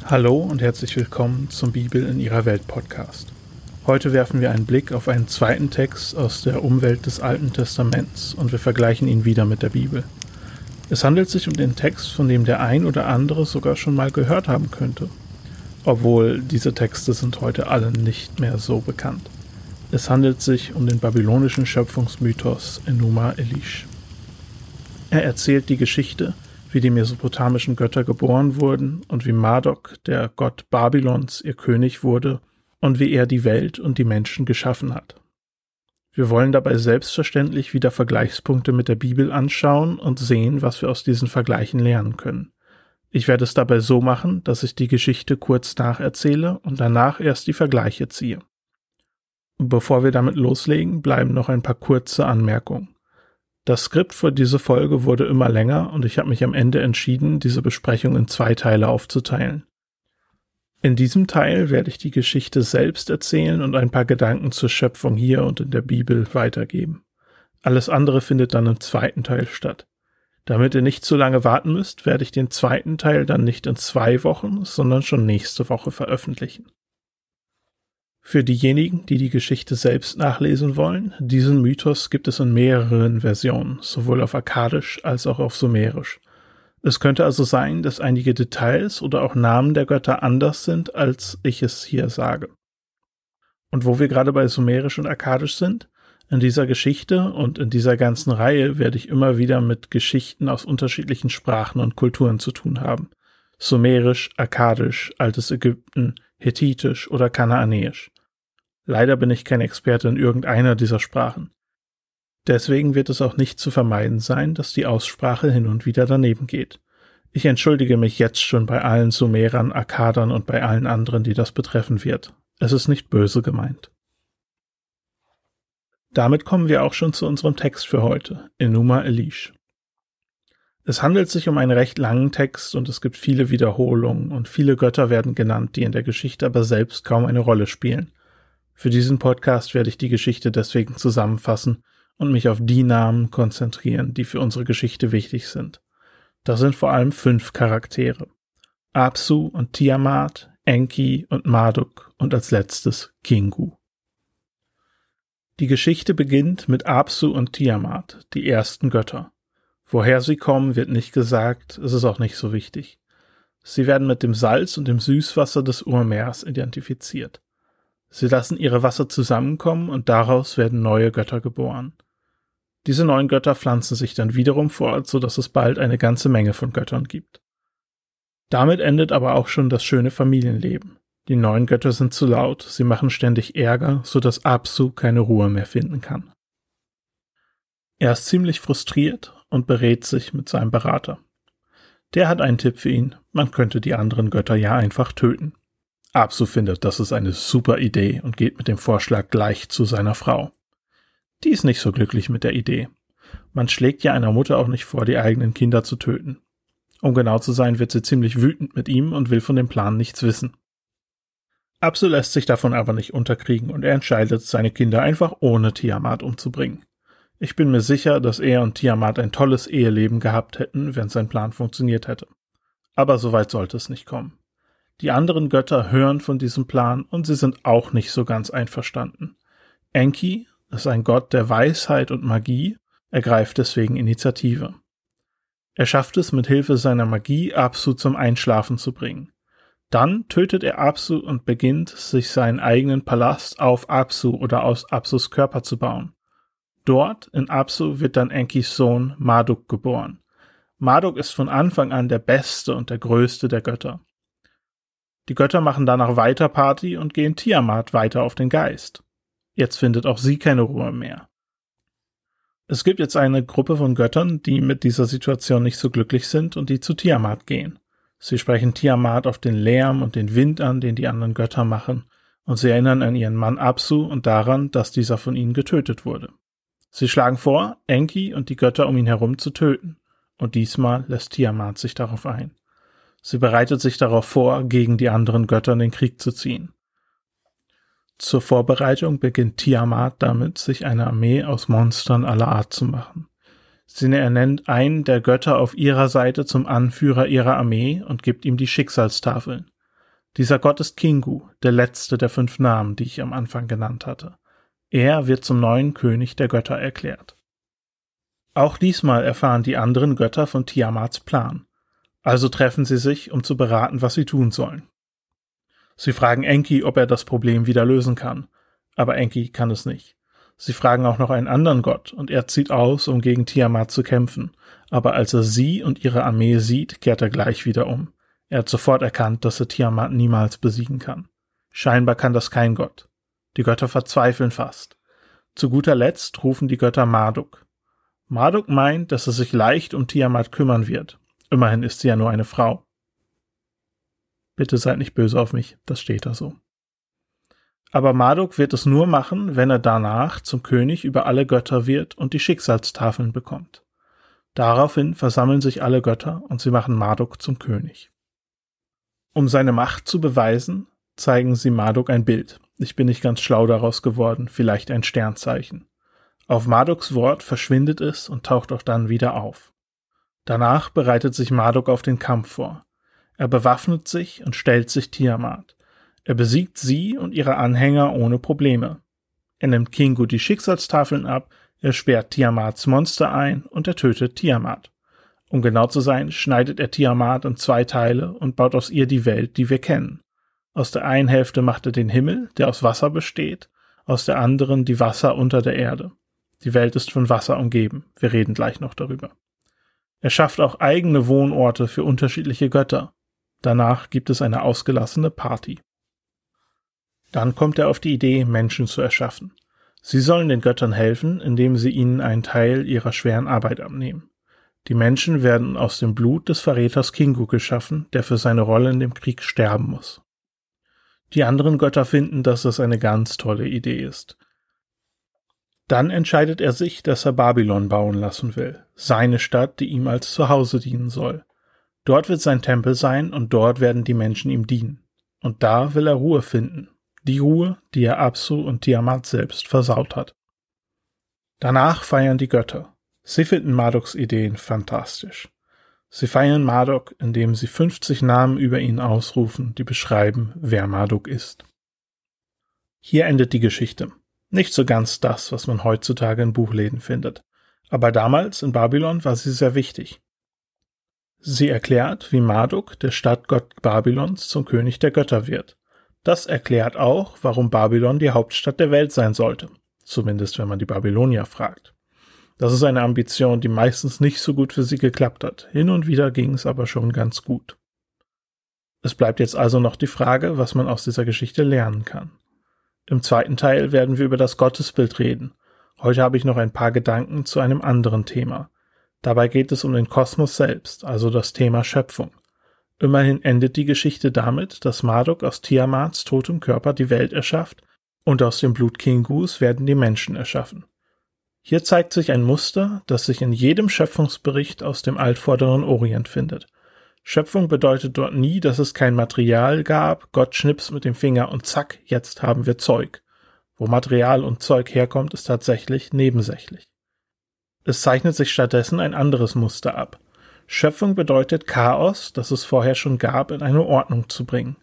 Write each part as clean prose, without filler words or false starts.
Hallo und herzlich willkommen zum Bibel in ihrer Welt Podcast. Heute werfen wir einen Blick auf einen zweiten Text aus der Umwelt des Alten Testaments und wir vergleichen ihn wieder mit der Bibel. Es handelt sich um den Text, von dem der ein oder andere sogar schon mal gehört haben könnte. Obwohl diese Texte sind heute alle nicht mehr so bekannt. Es handelt sich um den babylonischen Schöpfungsmythos Enuma Elish. Er erzählt die Geschichte, wie die mesopotamischen Götter geboren wurden und wie Marduk, der Gott Babylons, ihr König wurde und wie er die Welt und die Menschen geschaffen hat. Wir wollen dabei selbstverständlich wieder Vergleichspunkte mit der Bibel anschauen und sehen, was wir aus diesen Vergleichen lernen können. Ich werde es dabei so machen, dass ich die Geschichte kurz nacherzähle und danach erst die Vergleiche ziehe. Bevor wir damit loslegen, bleiben noch ein paar kurze Anmerkungen. Das Skript für diese Folge wurde immer länger und ich habe mich am Ende entschieden, diese Besprechung in 2 Teile aufzuteilen. In diesem Teil werde ich die Geschichte selbst erzählen und ein paar Gedanken zur Schöpfung hier und in der Bibel weitergeben. Alles andere findet dann im 2. Teil statt. Damit ihr nicht zu lange warten müsst, werde ich den 2. Teil dann nicht in 2 Wochen, sondern schon nächste Woche veröffentlichen. Für diejenigen, die die Geschichte selbst nachlesen wollen, diesen Mythos gibt es in mehreren Versionen, sowohl auf Akkadisch als auch auf Sumerisch. Es könnte also sein, dass einige Details oder auch Namen der Götter anders sind, als ich es hier sage. Und wo wir gerade bei Sumerisch und Akkadisch sind, in dieser Geschichte und in dieser ganzen Reihe werde ich immer wieder mit Geschichten aus unterschiedlichen Sprachen und Kulturen zu tun haben. Sumerisch, Akkadisch, Altes Ägypten, Hethitisch oder Kanaanäisch. Leider bin ich kein Experte in irgendeiner dieser Sprachen. Deswegen wird es auch nicht zu vermeiden sein, dass die Aussprache hin und wieder daneben geht. Ich entschuldige mich jetzt schon bei allen Sumerern, Akkadern und bei allen anderen, die das betreffen wird. Es ist nicht böse gemeint. Damit kommen wir auch schon zu unserem Text für heute, Enuma Elish. Es handelt sich um einen recht langen Text und es gibt viele Wiederholungen und viele Götter werden genannt, die in der Geschichte aber selbst kaum eine Rolle spielen. Für diesen Podcast werde ich die Geschichte deswegen zusammenfassen und mich auf die Namen konzentrieren, die für unsere Geschichte wichtig sind. Das sind vor allem 5 Charaktere. Apsu und Tiamat, Enki und Marduk und als letztes Kingu. Die Geschichte beginnt mit Apsu und Tiamat, die ersten Götter. Woher sie kommen, wird nicht gesagt, es ist auch nicht so wichtig. Sie werden mit dem Salz und dem Süßwasser des Urmeers identifiziert. Sie lassen ihre Wasser zusammenkommen und daraus werden neue Götter geboren. Diese neuen Götter pflanzen sich dann wiederum fort, sodass es bald eine ganze Menge von Göttern gibt. Damit endet aber auch schon das schöne Familienleben. Die neuen Götter sind zu laut, sie machen ständig Ärger, sodass Apsu keine Ruhe mehr finden kann. Er ist ziemlich frustriert und berät sich mit seinem Berater. Der hat einen Tipp für ihn, man könnte die anderen Götter ja einfach töten. Apsu findet, das ist eine super Idee und geht mit dem Vorschlag gleich zu seiner Frau. Die ist nicht so glücklich mit der Idee. Man schlägt ja einer Mutter auch nicht vor, die eigenen Kinder zu töten. Um genau zu sein, wird sie ziemlich wütend mit ihm und will von dem Plan nichts wissen. Apsu lässt sich davon aber nicht unterkriegen und er entscheidet, seine Kinder einfach ohne Tiamat umzubringen. Ich bin mir sicher, dass er und Tiamat ein tolles Eheleben gehabt hätten, wenn sein Plan funktioniert hätte. Aber so weit sollte es nicht kommen. Die anderen Götter hören von diesem Plan und sie sind auch nicht so ganz einverstanden. Enki ist ein Gott der Weisheit und Magie, ergreift deswegen Initiative. Er schafft es mit Hilfe seiner Magie, Apsu zum Einschlafen zu bringen. Dann tötet er Apsu und beginnt, sich seinen eigenen Palast auf Apsu oder aus Apsus Körper zu bauen. Dort, in Apsu, wird dann Enkis Sohn Marduk geboren. Marduk ist von Anfang an der beste und der größte der Götter. Die Götter machen danach weiter Party und gehen Tiamat weiter auf den Geist. Jetzt findet auch sie keine Ruhe mehr. Es gibt jetzt eine Gruppe von Göttern, die mit dieser Situation nicht so glücklich sind und die zu Tiamat gehen. Sie sprechen Tiamat auf den Lärm und den Wind an, den die anderen Götter machen, und sie erinnern an ihren Mann Apsu und daran, dass dieser von ihnen getötet wurde. Sie schlagen vor, Enki und die Götter um ihn herum zu töten, und diesmal lässt Tiamat sich darauf ein. Sie bereitet sich darauf vor, gegen die anderen Götter in den Krieg zu ziehen. Zur Vorbereitung beginnt Tiamat damit, sich eine Armee aus Monstern aller Art zu machen. Sie ernennt einen der Götter auf ihrer Seite zum Anführer ihrer Armee und gibt ihm die Schicksalstafeln. Dieser Gott ist Kingu, der letzte der 5 Namen, die ich am Anfang genannt hatte. Er wird zum neuen König der Götter erklärt. Auch diesmal erfahren die anderen Götter von Tiamats Plan. Also treffen sie sich, um zu beraten, was sie tun sollen. Sie fragen Enki, ob er das Problem wieder lösen kann. Aber Enki kann es nicht. Sie fragen auch noch einen anderen Gott, und er zieht aus, um gegen Tiamat zu kämpfen. Aber als er sie und ihre Armee sieht, kehrt er gleich wieder um. Er hat sofort erkannt, dass er Tiamat niemals besiegen kann. Scheinbar kann das kein Gott. Die Götter verzweifeln fast. Zu guter Letzt rufen die Götter Marduk. Marduk meint, dass er sich leicht um Tiamat kümmern wird. Immerhin ist sie ja nur eine Frau. Bitte seid nicht böse auf mich, das steht da so. Aber Marduk wird es nur machen, wenn er danach zum König über alle Götter wird und die Schicksalstafeln bekommt. Daraufhin versammeln sich alle Götter und sie machen Marduk zum König. Um seine Macht zu beweisen, zeigen sie Marduk ein Bild. Ich bin nicht ganz schlau daraus geworden, vielleicht ein Sternzeichen. Auf Marduks Wort verschwindet es und taucht auch dann wieder auf. Danach bereitet sich Marduk auf den Kampf vor. Er bewaffnet sich und stellt sich Tiamat. Er besiegt sie und ihre Anhänger ohne Probleme. Er nimmt Kingu die Schicksalstafeln ab, er sperrt Tiamats Monster ein und er tötet Tiamat. Um genau zu sein, schneidet er Tiamat in 2 Teile und baut aus ihr die Welt, die wir kennen. Aus der einen Hälfte macht er den Himmel, der aus Wasser besteht, aus der anderen die Wasser unter der Erde. Die Welt ist von Wasser umgeben, wir reden gleich noch darüber. Er schafft auch eigene Wohnorte für unterschiedliche Götter. Danach gibt es eine ausgelassene Party. Dann kommt er auf die Idee, Menschen zu erschaffen. Sie sollen den Göttern helfen, indem sie ihnen einen Teil ihrer schweren Arbeit abnehmen. Die Menschen werden aus dem Blut des Verräters Kingu geschaffen, der für seine Rolle in dem Krieg sterben muss. Die anderen Götter finden, dass es eine ganz tolle Idee ist. Dann entscheidet er sich, dass er Babylon bauen lassen will, seine Stadt, die ihm als Zuhause dienen soll. Dort wird sein Tempel sein und dort werden die Menschen ihm dienen. Und da will er Ruhe finden. Die Ruhe, die er Apsu und Tiamat selbst versaut hat. Danach feiern die Götter. Sie finden Marduks Ideen fantastisch. Sie feiern Marduk, indem sie 50 Namen über ihn ausrufen, die beschreiben, wer Marduk ist. Hier endet die Geschichte. Nicht so ganz das, was man heutzutage in Buchläden findet. Aber damals in Babylon war sie sehr wichtig. Sie erklärt, wie Marduk, der Stadtgott Babylons, zum König der Götter wird. Das erklärt auch, warum Babylon die Hauptstadt der Welt sein sollte. Zumindest, wenn man die Babylonier fragt. Das ist eine Ambition, die meistens nicht so gut für sie geklappt hat. Hin und wieder ging es aber schon ganz gut. Es bleibt jetzt also noch die Frage, was man aus dieser Geschichte lernen kann. Im 2. Teil werden wir über das Gottesbild reden. Heute habe ich noch ein paar Gedanken zu einem anderen Thema. Dabei geht es um den Kosmos selbst, also das Thema Schöpfung. Immerhin endet die Geschichte damit, dass Marduk aus Tiamats totem Körper die Welt erschafft und aus dem Blut Kingus werden die Menschen erschaffen. Hier zeigt sich ein Muster, das sich in jedem Schöpfungsbericht aus dem altvorderen Orient findet. Schöpfung bedeutet dort nie, dass es kein Material gab, Gott schnippst mit dem Finger und zack, jetzt haben wir Zeug. Wo Material und Zeug herkommt, ist tatsächlich nebensächlich. Es zeichnet sich stattdessen ein anderes Muster ab. Schöpfung bedeutet Chaos, das es vorher schon gab, in eine Ordnung zu bringen.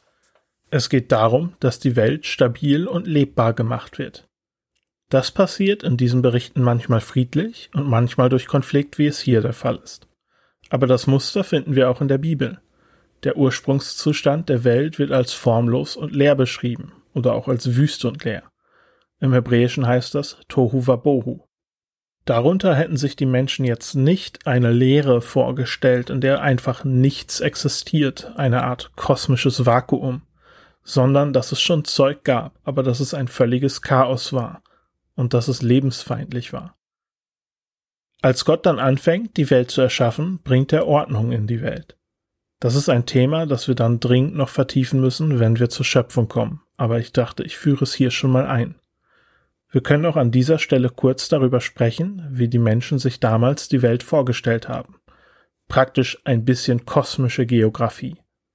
Es geht darum, dass die Welt stabil und lebbar gemacht wird. Das passiert in diesen Berichten manchmal friedlich und manchmal durch Konflikt, wie es hier der Fall ist. Aber das Muster finden wir auch in der Bibel. Der Ursprungszustand der Welt wird als formlos und leer beschrieben oder auch als Wüste und leer. Im Hebräischen heißt das Tohu Wabohu. Darunter hätten sich die Menschen jetzt nicht eine Leere vorgestellt, in der einfach nichts existiert, eine Art kosmisches Vakuum, sondern dass es schon Zeug gab, aber dass es ein völliges Chaos war und dass es lebensfeindlich war. Als Gott dann anfängt, die Welt zu erschaffen, bringt er Ordnung in die Welt. Das ist ein Thema, das wir dann dringend noch vertiefen müssen, wenn wir zur Schöpfung kommen, aber ich dachte, ich führe es hier schon mal ein. Wir können auch an dieser Stelle kurz darüber sprechen, wie die Menschen sich damals die Welt vorgestellt haben. Praktisch ein bisschen kosmische Geografie.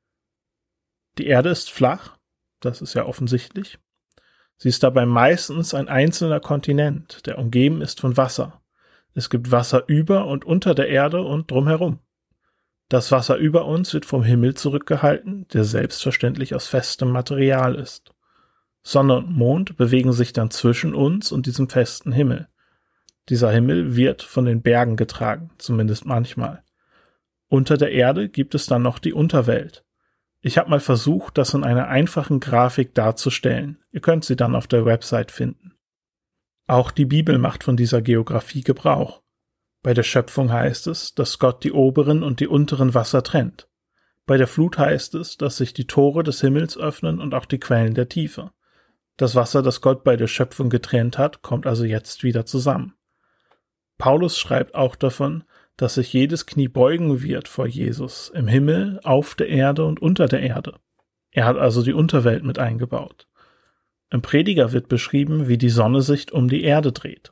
Die Erde ist flach, das ist ja offensichtlich. Sie ist dabei meistens ein einzelner Kontinent, der umgeben ist von Wasser. Es gibt Wasser über und unter der Erde und drumherum. Das Wasser über uns wird vom Himmel zurückgehalten, der selbstverständlich aus festem Material ist. Sonne und Mond bewegen sich dann zwischen uns und diesem festen Himmel. Dieser Himmel wird von den Bergen getragen, zumindest manchmal. Unter der Erde gibt es dann noch die Unterwelt. Ich habe mal versucht, das in einer einfachen Grafik darzustellen. Ihr könnt sie dann auf der Website finden. Auch die Bibel macht von dieser Geografie Gebrauch. Bei der Schöpfung heißt es, dass Gott die oberen und die unteren Wasser trennt. Bei der Flut heißt es, dass sich die Tore des Himmels öffnen und auch die Quellen der Tiefe. Das Wasser, das Gott bei der Schöpfung getrennt hat, kommt also jetzt wieder zusammen. Paulus schreibt auch davon, dass sich jedes Knie beugen wird vor Jesus, im Himmel, auf der Erde und unter der Erde. Er hat also die Unterwelt mit eingebaut. Im Prediger wird beschrieben, wie die Sonne sich um die Erde dreht.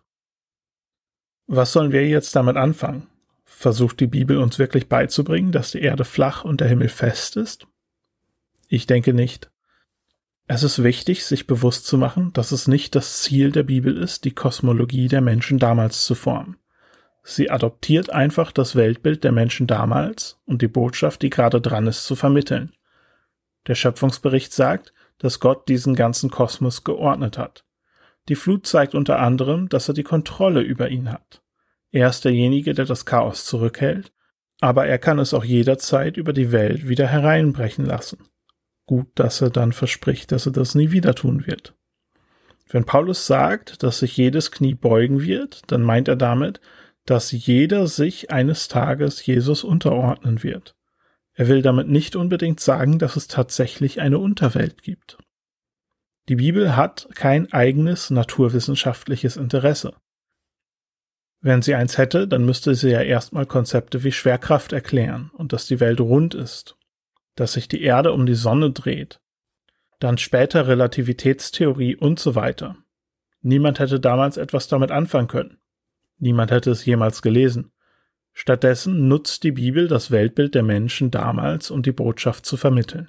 Was sollen wir jetzt damit anfangen? Versucht die Bibel uns wirklich beizubringen, dass die Erde flach und der Himmel fest ist? Ich denke nicht. Es ist wichtig, sich bewusst zu machen, dass es nicht das Ziel der Bibel ist, die Kosmologie der Menschen damals zu formen. Sie adoptiert einfach das Weltbild der Menschen damals und die Botschaft, die gerade dran ist, zu vermitteln. Der Schöpfungsbericht sagt, dass Gott diesen ganzen Kosmos geordnet hat. Die Flut zeigt unter anderem, dass er die Kontrolle über ihn hat. Er ist derjenige, der das Chaos zurückhält, aber er kann es auch jederzeit über die Welt wieder hereinbrechen lassen. Gut, dass er dann verspricht, dass er das nie wieder tun wird. Wenn Paulus sagt, dass sich jedes Knie beugen wird, dann meint er damit, dass jeder sich eines Tages Jesus unterordnen wird. Er will damit nicht unbedingt sagen, dass es tatsächlich eine Unterwelt gibt. Die Bibel hat kein eigenes naturwissenschaftliches Interesse. Wenn sie eins hätte, dann müsste sie ja erstmal Konzepte wie Schwerkraft erklären und dass die Welt rund ist, dass sich die Erde um die Sonne dreht, dann später Relativitätstheorie und so weiter. Niemand hätte damals etwas damit anfangen können. Niemand hätte es jemals gelesen. Stattdessen nutzt die Bibel das Weltbild der Menschen damals, um die Botschaft zu vermitteln.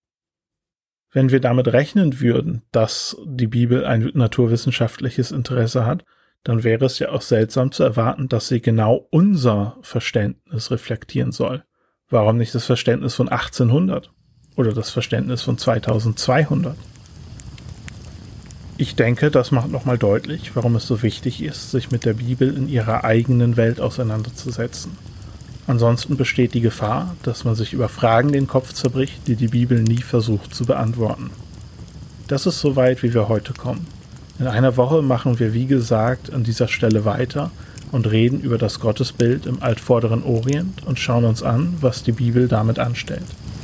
Wenn wir damit rechnen würden, dass die Bibel ein naturwissenschaftliches Interesse hat, dann wäre es ja auch seltsam zu erwarten, dass sie genau unser Verständnis reflektieren soll. Warum nicht das Verständnis von 1800 oder das Verständnis von 2200? Ich denke, das macht nochmal deutlich, warum es so wichtig ist, sich mit der Bibel in ihrer eigenen Welt auseinanderzusetzen. Ansonsten besteht die Gefahr, dass man sich über Fragen den Kopf zerbricht, die die Bibel nie versucht zu beantworten. Das ist so weit, wie wir heute kommen. In einer Woche machen wir, wie gesagt, an dieser Stelle weiter und reden über das Gottesbild im Altvorderen Orient und schauen uns an, was die Bibel damit anstellt.